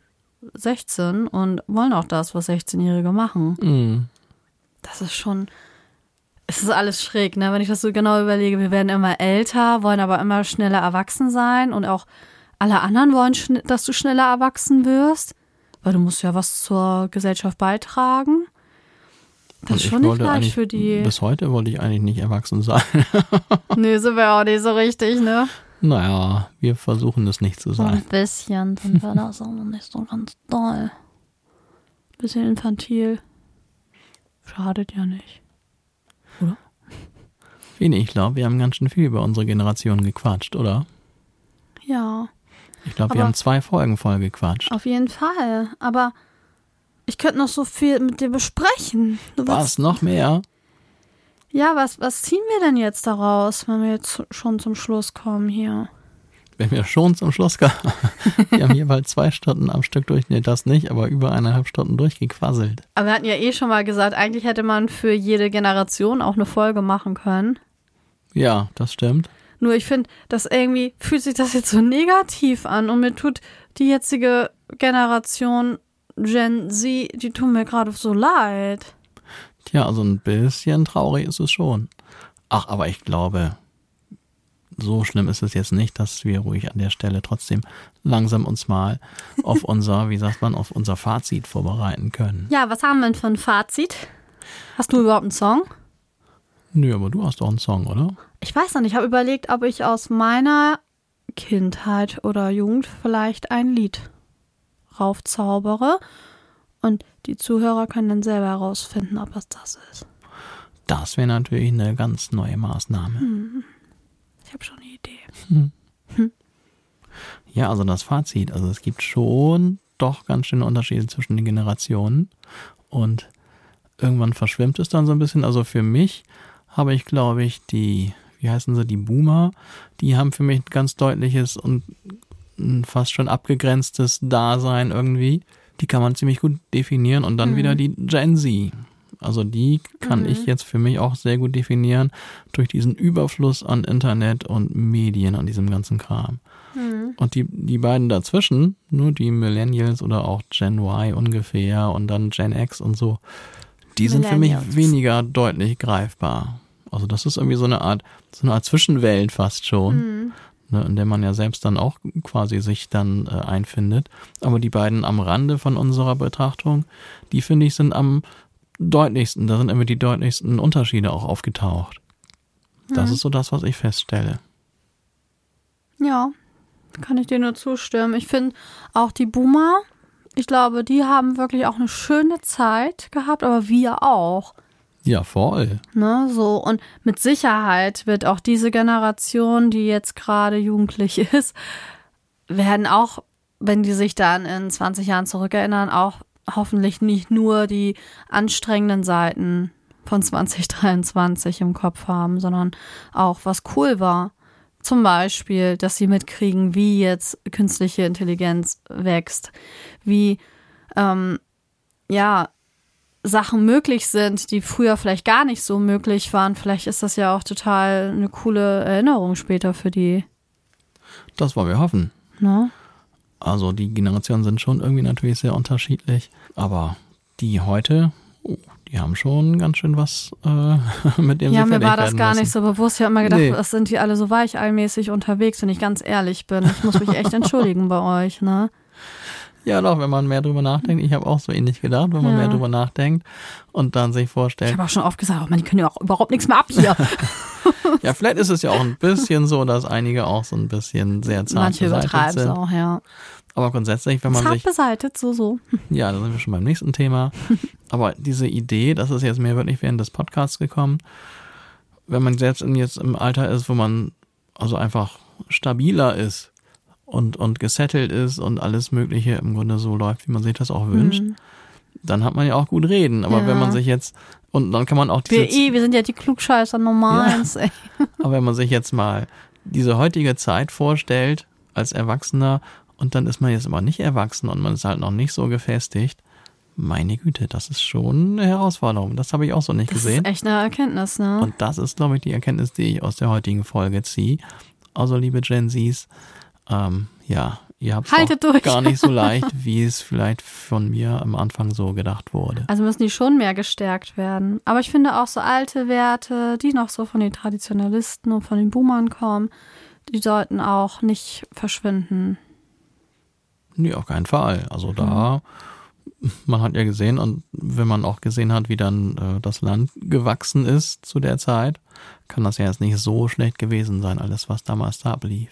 16 und wollen auch das, was 16-Jährige machen. Das ist schon, es ist alles schräg, ne? Wenn ich das so genau überlege, wir werden immer älter, wollen aber immer schneller erwachsen sein und auch alle anderen wollen, dass du schneller erwachsen wirst, weil du musst ja was zur Gesellschaft beitragen. Das ist schon nicht leicht für die. Bis heute wollte ich eigentlich nicht erwachsen sein. Nee, sind wir auch nicht so richtig, ne? Naja, wir versuchen es nicht zu sein. Ein bisschen sind wir das aber nicht so ganz doll. Bisschen infantil. Schadet ja nicht. Oder? Fini, ich glaube, wir haben ganz schön viel über unsere Generation gequatscht, oder? Ja. Ich glaube, wir haben 2 Folgen voll gequatscht. Auf jeden Fall. Aber ich könnte noch so viel mit dir besprechen. Was? Noch mehr? Ja, was ziehen wir denn jetzt daraus, wenn wir jetzt schon zum Schluss kommen hier? Wenn wir schon zum Schluss kommen. Wir haben jeweils 2 Stunden am Stück durch. Nee, das nicht, aber über 1,5 Stunden durchgequasselt. Aber wir hatten ja schon mal gesagt, eigentlich hätte man für jede Generation auch eine Folge machen können. Ja, das stimmt. Nur ich finde, das irgendwie fühlt sich das jetzt so negativ an und mir tut die jetzige Generation Gen Z, die tun mir gerade so leid. Tja, also ein bisschen traurig ist es schon. Ach, aber ich glaube, so schlimm ist es jetzt nicht, dass wir ruhig an der Stelle trotzdem langsam uns mal auf unser, wie sagt man, auf unser Fazit vorbereiten können. Ja, was haben wir denn für ein Fazit? Hast du überhaupt einen Song? Nö, aber du hast doch einen Song, oder? Ich weiß noch nicht, ich habe überlegt, ob ich aus meiner Kindheit oder Jugend vielleicht ein Lied raufzaubere und die Zuhörer können dann selber herausfinden, ob es das ist. Das wäre natürlich eine ganz neue Maßnahme. Ich habe schon eine Idee. Ja, also das Fazit, also es gibt schon doch ganz schöne Unterschiede zwischen den Generationen und irgendwann verschwimmt es dann so ein bisschen. Also für mich habe ich, glaube ich, die Boomer, die haben für mich ein ganz deutliches und ein fast schon abgegrenztes Dasein irgendwie. Die kann man ziemlich gut definieren und dann wieder die Gen Z. Also die kann ich jetzt für mich auch sehr gut definieren durch diesen Überfluss an Internet und Medien und diesem ganzen Kram. Und die beiden dazwischen, nur die Millennials oder auch Gen Y ungefähr und dann Gen X und so, die sind für mich weniger deutlich greifbar. Also das ist irgendwie so eine Art Zwischenwelt fast schon, ne, in der man ja selbst dann auch quasi sich dann einfindet. Aber die beiden am Rande von unserer Betrachtung, die finde ich sind am deutlichsten, da sind immer die deutlichsten Unterschiede auch aufgetaucht. Das ist so das, was ich feststelle. Ja, kann ich dir nur zustimmen. Ich finde auch die Boomer, ich glaube, die haben wirklich auch eine schöne Zeit gehabt, aber wir auch. Ja, voll. Ne, so. Und mit Sicherheit wird auch diese Generation, die jetzt gerade jugendlich ist, werden auch, wenn die sich dann in 20 Jahren zurückerinnern, auch hoffentlich nicht nur die anstrengenden Seiten von 2023 im Kopf haben, sondern auch, was cool war. Zum Beispiel, dass sie mitkriegen, wie jetzt künstliche Intelligenz wächst, wie Sachen möglich sind, die früher vielleicht gar nicht so möglich waren. Vielleicht ist das ja auch total eine coole Erinnerung später für die. Das wollen wir hoffen. Ne? Also die Generationen sind schon irgendwie natürlich sehr unterschiedlich, aber die heute, die haben schon ganz schön was, mit dem sie fertig werden müssen. Ja, mir war das gar nicht so bewusst. Ich habe immer gedacht, das sind die alle so weicheilmäßig unterwegs, wenn ich ganz ehrlich bin. Ich muss mich echt entschuldigen bei euch, ne? Ja, doch, wenn man mehr drüber nachdenkt. Ich habe auch so ähnlich gedacht, wenn man mehr drüber nachdenkt und dann sich vorstellt. Ich habe auch schon oft gesagt, die können ja auch überhaupt nichts mehr ab hier. Ja, vielleicht ist es ja auch ein bisschen so, dass einige auch so ein bisschen sehr zart Manche beseitigt übertreiben es sind. auch, ja. Aber grundsätzlich, wenn man zart sich... beseitigt, so. Ja, da sind wir schon beim nächsten Thema. Aber diese Idee, das ist jetzt mir wirklich während des Podcasts gekommen, wenn man selbst jetzt im Alter ist, wo man also einfach stabiler ist und gesettelt ist und alles Mögliche im Grunde so läuft, wie man sich das auch wünscht, dann hat man ja auch gut reden. Aber wenn man sich jetzt, und dann kann man auch wir sind ja die Klugscheißer Nummer 1. Ja. Aber wenn man sich jetzt mal diese heutige Zeit vorstellt als Erwachsener und dann ist man jetzt immer nicht erwachsen und man ist halt noch nicht so gefestigt, meine Güte, das ist schon eine Herausforderung. Das habe ich auch so nicht gesehen. Das ist echt eine Erkenntnis, ne? Und das ist, glaube ich, die Erkenntnis, die ich aus der heutigen Folge ziehe. Also, liebe Gen Zs, ihr habt es gar nicht so leicht, wie es vielleicht von mir am Anfang so gedacht wurde. Also müssen die schon mehr gestärkt werden. Aber ich finde auch so alte Werte, die noch so von den Traditionalisten und von den Boomern kommen, die sollten auch nicht verschwinden. Nee, auf keinen Fall. Also man hat ja gesehen und wenn man auch gesehen hat, wie dann das Land gewachsen ist zu der Zeit, kann das ja jetzt nicht so schlecht gewesen sein, alles was damals da ablief.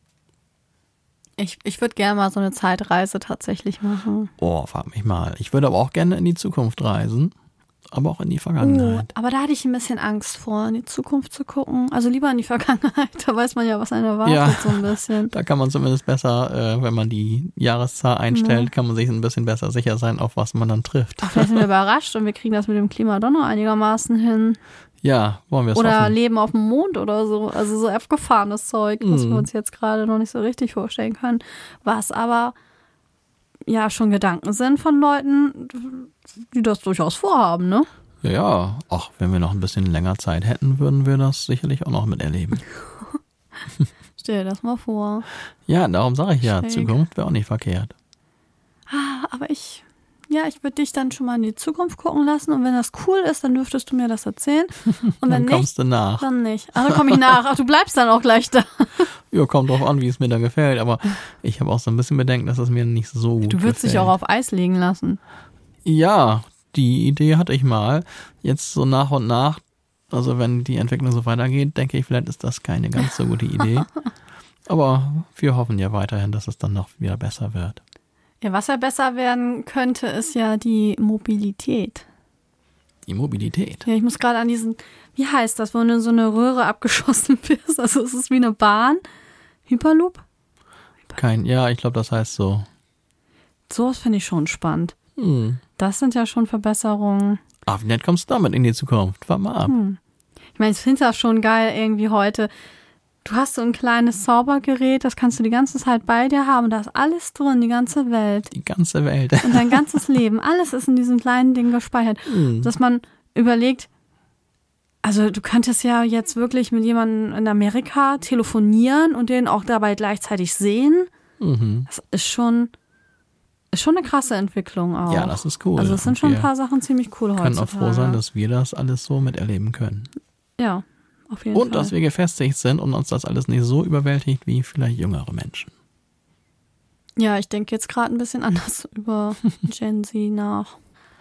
Ich würde gerne mal so eine Zeitreise tatsächlich machen. Oh, frag mich mal. Ich würde aber auch gerne in die Zukunft reisen, aber auch in die Vergangenheit. Aber da hatte ich ein bisschen Angst vor, in die Zukunft zu gucken. Also lieber in die Vergangenheit, da weiß man ja, was einen erwartet, so ein bisschen. Da kann man zumindest besser, wenn man die Jahreszahl einstellt, kann man sich ein bisschen besser sicher sein, auf was man dann trifft. Ach, vielleicht sind wir überrascht und wir kriegen das mit dem Klima doch noch einigermaßen hin. Ja, wollen wir es Oder hoffen. leben auf dem Mond oder so. Also so abgefahrenes Zeug, was wir uns jetzt gerade noch nicht so richtig vorstellen können. Was aber ja schon Gedanken sind von Leuten, die das durchaus vorhaben, ne? Ja, ach, wenn wir noch ein bisschen länger Zeit hätten, würden wir das sicherlich auch noch miterleben. Stell dir das mal vor. Ja, darum sage ich ja, Schräg. Zukunft wäre auch nicht verkehrt. Aber ich würde dich dann schon mal in die Zukunft gucken lassen und wenn das cool ist, dann dürftest du mir das erzählen. Und dann wenn kommst nicht, du nach. dann nicht. Also komme ich nach. Ach, du bleibst dann auch gleich da. Ja, kommt drauf an, wie es mir da gefällt, aber ich habe auch so ein bisschen Bedenken, dass es mir nicht so gut gefällt. Du würdest dich auch auf Eis legen lassen. Ja, die Idee hatte ich mal. Jetzt so nach und nach, also wenn die Entwicklung so weitergeht, denke ich, vielleicht ist das keine ganz so gute Idee. Aber wir hoffen ja weiterhin, dass es dann noch wieder besser wird. Ja, was ja besser werden könnte, ist ja die Mobilität. Die Mobilität? Ja, ich muss gerade an diesen, wie heißt das, wo du in so eine Röhre abgeschossen wirst? Also es ist wie eine Bahn. Hyperloop? Ich glaube, das heißt so. Sowas finde ich schon spannend. Das sind ja schon Verbesserungen. Ach, wie nett kommst du damit in die Zukunft? Warte mal ab. Ich meine, ich finde das schon geil irgendwie heute. Du hast so ein kleines Zaubergerät, das kannst du die ganze Zeit bei dir haben. Da ist alles drin, die ganze Welt. Die ganze Welt. Und dein ganzes Leben. Alles ist in diesem kleinen Ding gespeichert. Dass man überlegt, also du könntest ja jetzt wirklich mit jemandem in Amerika telefonieren und den auch dabei gleichzeitig sehen. Das ist schon eine krasse Entwicklung auch. Ja, das ist cool. Also es sind schon ein paar Sachen ziemlich cool heutzutage. Wir können auch froh sein, dass wir das alles so miterleben können. Ja. Auf jeden Fall. Und dass wir gefestigt sind und uns das alles nicht so überwältigt wie vielleicht jüngere Menschen. Ja, ich denke jetzt gerade ein bisschen anders über Gen Z nach.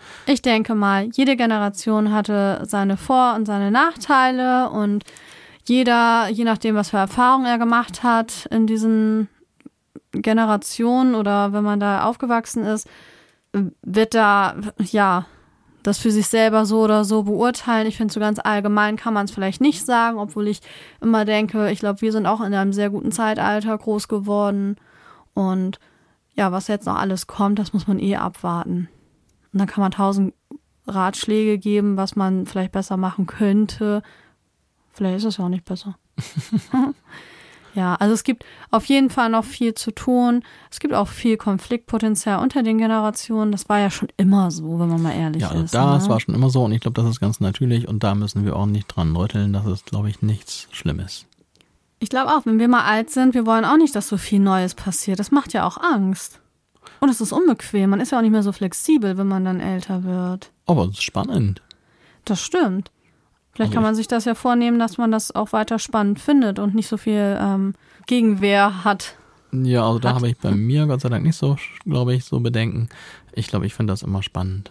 Ich denke mal, jede Generation hatte seine Vor- und seine Nachteile und jeder, je nachdem, was für Erfahrungen er gemacht hat in diesen Generationen oder wenn man da aufgewachsen ist, wird da, ja, das für sich selber so oder so beurteilen. Ich finde, so ganz allgemein kann man es vielleicht nicht sagen, obwohl ich immer denke, ich glaube, wir sind auch in einem sehr guten Zeitalter groß geworden. Und ja, was jetzt noch alles kommt, das muss man abwarten. Und dann kann man 1000 Ratschläge geben, was man vielleicht besser machen könnte. Vielleicht ist es ja auch nicht besser. Ja, also es gibt auf jeden Fall noch viel zu tun. Es gibt auch viel Konfliktpotenzial unter den Generationen. Das war ja schon immer so, wenn man mal ehrlich ist. Ja, also das war schon immer so und ich glaube, das ist ganz natürlich und da müssen wir auch nicht dran rütteln. Das ist, glaube ich, nichts Schlimmes. Ich glaube auch, wenn wir mal alt sind, wir wollen auch nicht, dass so viel Neues passiert. Das macht ja auch Angst. Und es ist unbequem. Man ist ja auch nicht mehr so flexibel, wenn man dann älter wird. Aber es ist spannend. Das stimmt. Vielleicht kann man sich das ja vornehmen, dass man das auch weiter spannend findet und nicht so viel Gegenwehr hat. Ja, also da habe ich bei mir Gott sei Dank nicht so, glaube ich, so Bedenken. Ich glaube, ich finde das immer spannend.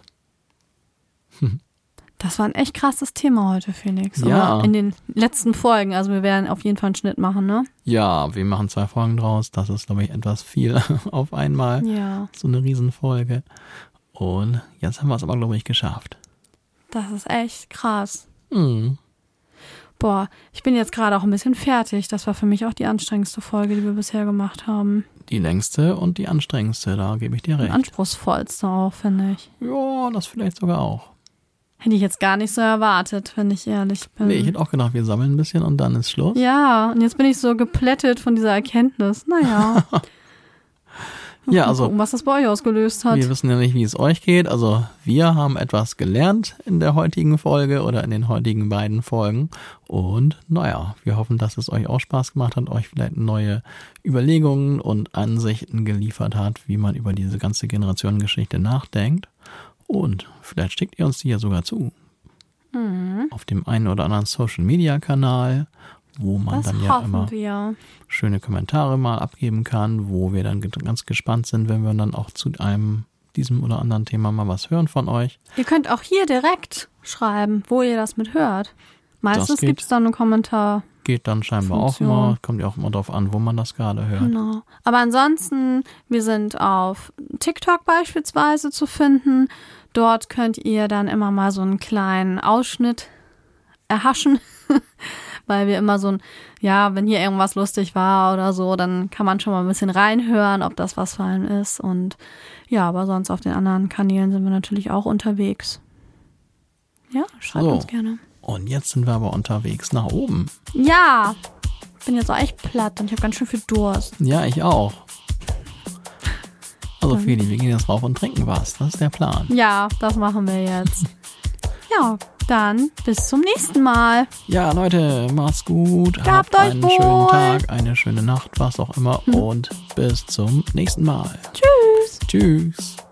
Das war ein echt krasses Thema heute, Felix. Ja. Aber in den letzten Folgen, also wir werden auf jeden Fall einen Schnitt machen, ne? Ja, wir machen 2 Folgen draus. Das ist, glaube ich, etwas viel auf einmal. Ja. So eine Riesenfolge. Und jetzt haben wir es aber, glaube ich, geschafft. Das ist echt krass. Mhm. Boah, ich bin jetzt gerade auch ein bisschen fertig. Das war für mich auch die anstrengendste Folge, die wir bisher gemacht haben. Die längste und die anstrengendste, da gebe ich dir recht. Die anspruchsvollste auch, finde ich. Ja, das vielleicht sogar auch. Hätte ich jetzt gar nicht so erwartet, wenn ich ehrlich bin. Nee, ich hätte auch gedacht, wir sammeln ein bisschen und dann ist Schluss. Ja, und jetzt bin ich so geplättet von dieser Erkenntnis. Naja. Ja, mal also gucken, was das bei euch ausgelöst hat. wir wissen ja nicht, wie es euch geht. Also wir haben etwas gelernt in der heutigen Folge oder in den heutigen beiden Folgen. Und naja, wir hoffen, dass es euch auch Spaß gemacht hat, euch vielleicht neue Überlegungen und Ansichten geliefert hat, wie man über diese ganze Generationengeschichte nachdenkt. Und vielleicht schickt ihr uns die ja sogar zu. Auf dem einen oder anderen Social-Media-Kanal, wo man Das dann ja immer wir. schöne Kommentare mal abgeben kann, wo wir dann ganz gespannt sind, wenn wir dann auch zu diesem oder anderen Thema mal was hören von euch. Ihr könnt auch hier direkt schreiben, wo ihr das mit hört. Meistens gibt es dann einen Kommentar. Geht dann scheinbar Funktion. auch mal, kommt ja auch immer drauf an, wo man das gerade hört. Genau. Aber ansonsten, wir sind auf TikTok beispielsweise zu finden. Dort könnt ihr dann immer mal so einen kleinen Ausschnitt erhaschen, weil wir immer so wenn hier irgendwas lustig war oder so, dann kann man schon mal ein bisschen reinhören, ob das was für einen ist. Und ja, aber sonst auf den anderen Kanälen sind wir natürlich auch unterwegs. Ja, schreibt uns gerne. Und jetzt sind wir aber unterwegs nach oben. Ja, ich bin jetzt auch echt platt und ich habe ganz schön viel Durst. Ja, ich auch. Also Feli, wir gehen jetzt rauf und trinken was. Das ist der Plan. Ja, das machen wir jetzt. Ja, dann bis zum nächsten Mal. Ja, Leute, macht's gut. Habt Habt euch einen wohl. schönen Tag, eine schöne Nacht, was auch immer. Und bis zum nächsten Mal. Tschüss. Tschüss.